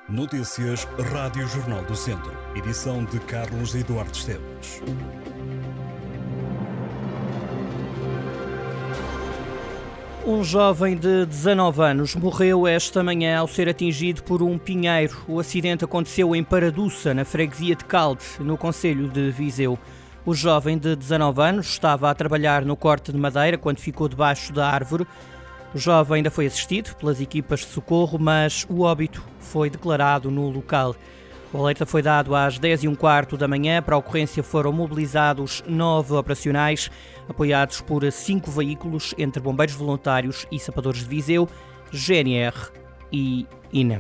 Notícias Rádio Jornal do Centro. Edição de Carlos Eduardo Esteves. Um jovem de 19 anos morreu esta manhã ao ser atingido por um pinheiro. O acidente aconteceu em Paraduça, na freguesia de Calde, no concelho de Viseu. O jovem de 19 anos estava a trabalhar no corte de madeira quando ficou debaixo da árvore. O jovem ainda foi assistido pelas equipas de socorro, mas o óbito foi declarado no local. O alerta foi dado às 10h15 da manhã. Para a ocorrência foram mobilizados 9 operacionais, apoiados por 5 veículos, entre bombeiros voluntários e sapadores de Viseu, GNR e INEM.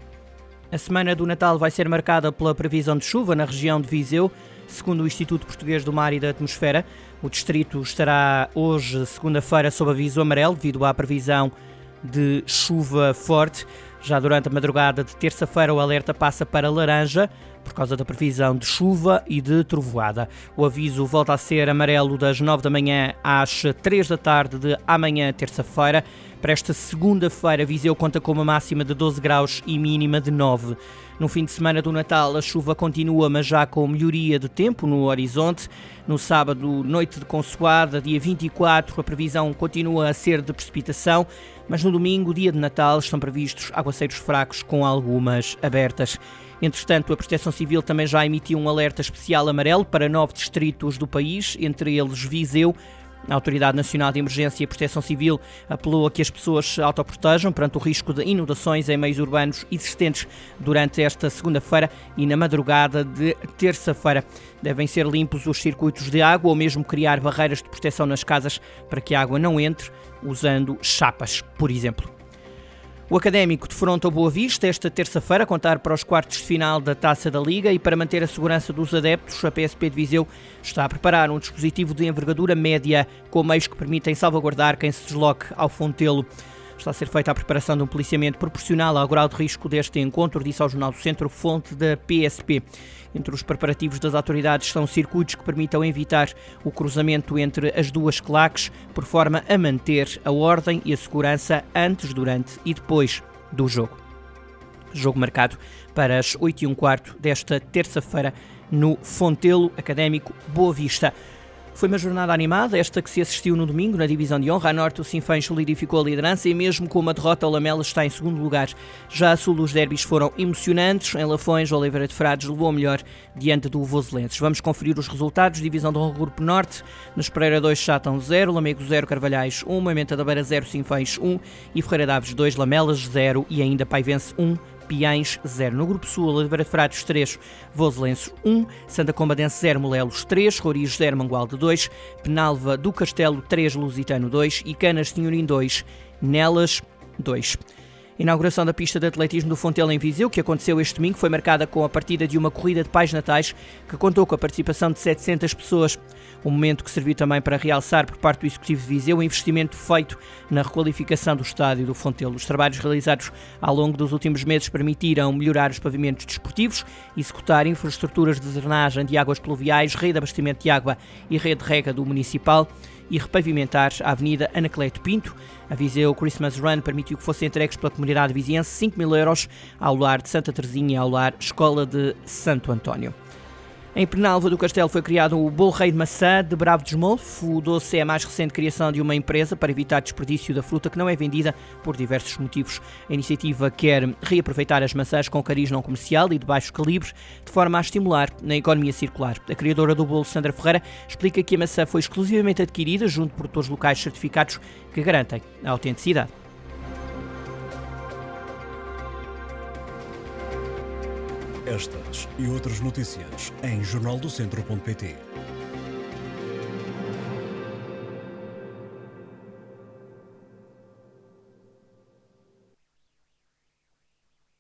A semana do Natal vai ser marcada pela previsão de chuva na região de Viseu. Segundo o Instituto Português do Mar e da Atmosfera, o distrito estará hoje, segunda-feira, sob aviso amarelo devido à previsão de chuva forte. Já durante a madrugada de terça-feira, o alerta passa para laranja por causa da previsão de chuva e de trovoada. O aviso volta a ser amarelo das 9 da manhã às 3 da tarde de amanhã, terça-feira. Para esta segunda-feira, Viseu conta com uma máxima de 12 graus e mínima de 9. No fim de semana do Natal, a chuva continua, mas já com melhoria de tempo no horizonte. No sábado, noite de consoada, dia 24, a previsão continua a ser de precipitação, mas no domingo, dia de Natal, estão previstos aguaceiros fracos com algumas abertas. Entretanto, a Proteção Civil também já emitiu um alerta especial amarelo para 9 distritos do país, entre eles Viseu. A Autoridade Nacional de Emergência e Proteção Civil apelou a que as pessoas se autoprotejam perante o risco de inundações em meios urbanos existentes durante esta segunda-feira e na madrugada de terça-feira. Devem ser limpos os circuitos de água ou mesmo criar barreiras de proteção nas casas para que a água não entre, usando chapas, por exemplo. O Académico defronta o Boa Vista esta terça-feira a contar para os quartos de final da Taça da Liga e para manter a segurança dos adeptos, a PSP de Viseu está a preparar um dispositivo de envergadura média com meios que permitem salvaguardar quem se desloque ao Fontelo. Está a ser feita a preparação de um policiamento proporcional ao grau de risco deste encontro, disse ao Jornal do Centro, fonte da PSP. Entre os preparativos das autoridades estão circuitos que permitam evitar o cruzamento entre as duas claques, por forma a manter a ordem e a segurança antes, durante e depois do jogo. Jogo marcado para as 8h15 desta terça-feira no Fontelo Académico Boa Vista. Foi uma jornada animada, esta que se assistiu no domingo na divisão de honra. A norte, o Sinfãs solidificou a liderança e mesmo com uma derrota, o Lamelas está em segundo lugar. Já a sul, os derbis foram emocionantes. Em Lafões, o Oliveira de Frades levou a melhor diante do Voselenses. Vamos conferir os resultados. Divisão de honra Grupo Norte. Nos Pereira 2, Chatão 0, Lamego 0, Carvalhais 1, Moimenta da Beira 0, Sinfãs 1 e Ferreira Daves 2, Lamelas 0 e ainda Paivense 1. Piães 0. No Grupo Sul, Oliveira de Frades 3, Voselenses 1, Santa Combadense 0, Molelos 3, Roriz 0, Mangualde 2, Penalva do Castelo 3, Lusitano 2 e Canas de Senhorim 2, Nelas 2. A inauguração da pista de atletismo do Fontelo em Viseu, que aconteceu este domingo, foi marcada com a partida de uma corrida de pais natais que contou com a participação de 700 pessoas. Um momento que serviu também para realçar por parte do Executivo de Viseu o investimento feito na requalificação do estádio do Fontelo. Os trabalhos realizados ao longo dos últimos meses permitiram melhorar os pavimentos desportivos, executar infraestruturas de drenagem de águas pluviais, rede de abastecimento de água e rede de rega do municipal e repavimentar a Avenida Anacleto Pinto. A Viseu Christmas Run permitiu que fossem entregues pela comunidade viziense 5.000 euros ao lar de Santa Teresinha e ao lar Escola de Santo António. Em Penalva do Castelo foi criado o Bolo Rei de Maçã de Bravo de Esmolfo. O doce é a mais recente criação de uma empresa para evitar desperdício da fruta que não é vendida por diversos motivos. A iniciativa quer reaproveitar as maçãs com cariz não comercial e de baixo calibre, de forma a estimular na economia circular. A criadora do bolo, Sandra Ferreira, explica que a maçã foi exclusivamente adquirida junto de produtores locais certificados que garantem a autenticidade. Estas e outras notícias em jornaldocentro.pt.